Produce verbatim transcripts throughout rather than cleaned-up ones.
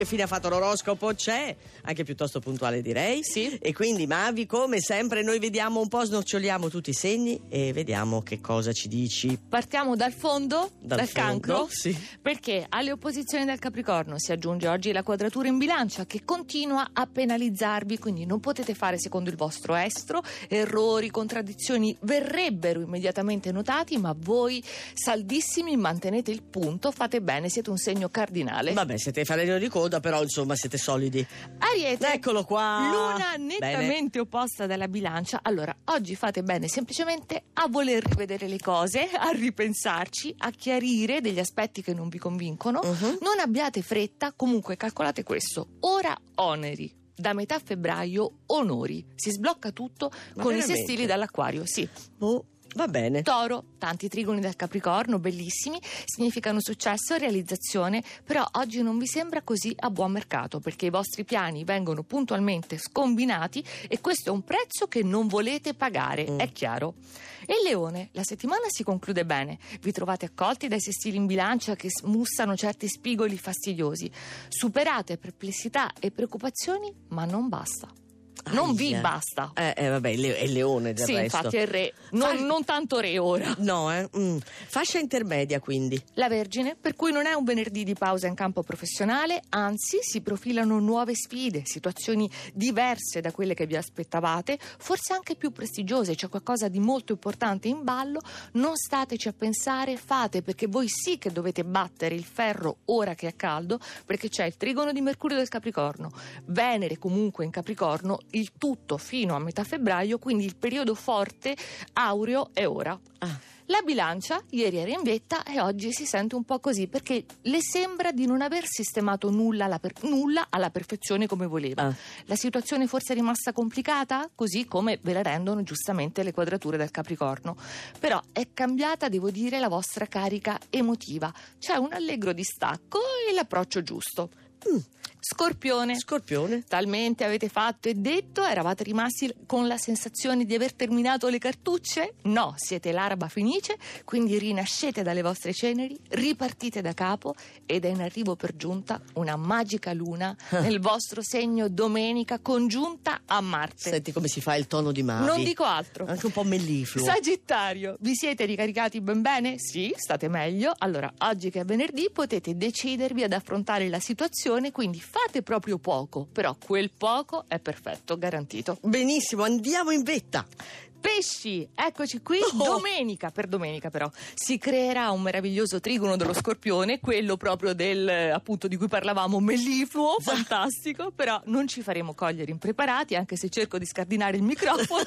Fine ha fatto l'oroscopo, c'è anche piuttosto puntuale, direi. Sì. E quindi Mavi, come sempre, noi vediamo un po', snoccioliamo tutti i segni e vediamo che cosa ci dici. Partiamo dal fondo, Dal dal, fondo, cancro, sì. perché alle opposizioni del Capricorno si aggiunge oggi la quadratura in bilancia che continua a penalizzarvi, quindi non potete fare secondo il vostro estro, errori, contraddizioni verrebbero immediatamente notati, ma voi saldissimi mantenete il punto, fate bene, siete un segno cardinale. Vabbè, siete fanalino di coda, però insomma siete solidi. Ariete, Eccolo qua. luna nettamente opposta dalla bilancia. Allora, oggi fate bene semplicemente a voler rivedere le cose, a ripensarci, a chiarire degli aspetti che non vi convincono. Uh-huh. Non abbiate fretta, comunque calcolate questo. Ora oneri. Da metà febbraio onori. Si sblocca tutto Ma con veramente? i sestili dall'Acquario, sì. Oh, va bene. Toro, tanti trigoni dal Capricorno, bellissimi, significano successo e realizzazione, però oggi non vi sembra così a buon mercato, perché i vostri piani vengono puntualmente scombinati e questo è un prezzo che non volete pagare, Mm. è chiaro. E Leone, la settimana si conclude bene, vi trovate accolti dai sestili in bilancia che smussano certi spigoli fastidiosi, superate perplessità e preoccupazioni, ma non basta. Non vi Aia. basta. Eh, eh vabbè, il le- è il leone del Sì, resto. infatti è il re, non, Fas- non tanto re ora. No, eh? Mm. Fascia intermedia, quindi. La Vergine, per cui non è un venerdì di pausa in campo professionale, anzi si profilano nuove sfide, situazioni diverse da quelle che vi aspettavate, forse anche più prestigiose, c'è qualcosa di molto importante in ballo, non stateci a pensare, fate, perché voi sì che dovete battere il ferro ora che è caldo, perché c'è il trigono di Mercurio del Capricorno, Venere comunque in Capricorno, il tutto fino a metà febbraio, quindi il periodo forte aureo è ora. Ah. La bilancia ieri era in vetta e oggi si sente un po' così perché le sembra di non aver sistemato nulla alla, per- nulla alla perfezione come voleva. Ah. La situazione forse è rimasta complicata, così come ve la rendono giustamente le quadrature del Capricorno. Però è cambiata, devo dire, la vostra carica emotiva. C'è un allegro distacco e l'approccio giusto. Mm. Scorpione. Scorpione. Talmente avete fatto e detto, eravate rimasti con la sensazione di aver terminato le cartucce? No, siete l'araba fenice, quindi rinascete dalle vostre ceneri, ripartite da capo ed è in arrivo per giunta una magica luna nel vostro segno domenica congiunta a Marte. Senti come si fa il tono di Mavi. Non dico altro. Anche un po' mellifluo. Sagittario, vi siete ricaricati ben bene? Sì, state meglio. Allora, oggi che è venerdì potete decidervi ad affrontare la situazione, quindi fate proprio poco, però quel poco è perfetto, garantito. Benissimo, andiamo in vetta. Pesci, eccoci qui, Oh. domenica, per domenica però, si creerà un meraviglioso trigono dello Scorpione, quello proprio del, appunto, di cui parlavamo, mellifluo, fantastico, però non ci faremo cogliere impreparati, anche se cerco di scardinare il microfono.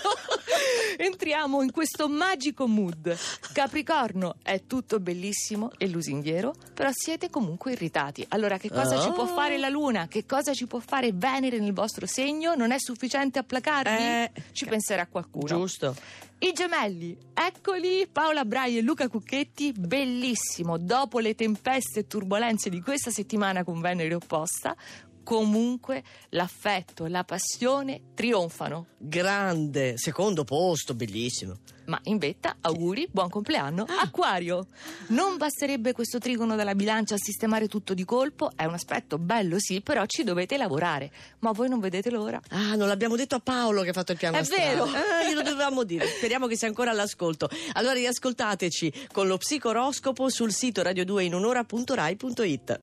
Entriamo in questo magico mood. Capricorno, è tutto bellissimo e lusinghiero, però siete comunque irritati. Allora, che cosa Oh. ci può fare la Luna? Che cosa ci può fare Venere nel vostro segno? Non è sufficiente a placarvi? Eh, Ci penserà qualcuno. Giusto. I gemelli, eccoli, Paola Brai e Luca Cucchetti, bellissimo, dopo le tempeste e turbolenze di questa settimana con Venere opposta, comunque l'affetto, la passione trionfano. Grande. Secondo posto, bellissimo. Ma in vetta, auguri, buon compleanno. Acquario, non basterebbe questo trigono dalla bilancia a sistemare tutto di colpo, è un aspetto bello sì, però ci dovete lavorare, ma voi non vedete l'ora. Ah, non l'abbiamo detto a Paolo che ha fatto il piano È astrale. vero. Ah, glielo dovevamo dire. Speriamo che sia ancora all'ascolto. Allora riascoltateci con lo psicoroscopo sul sito radio due in un'ora punto rai punto it.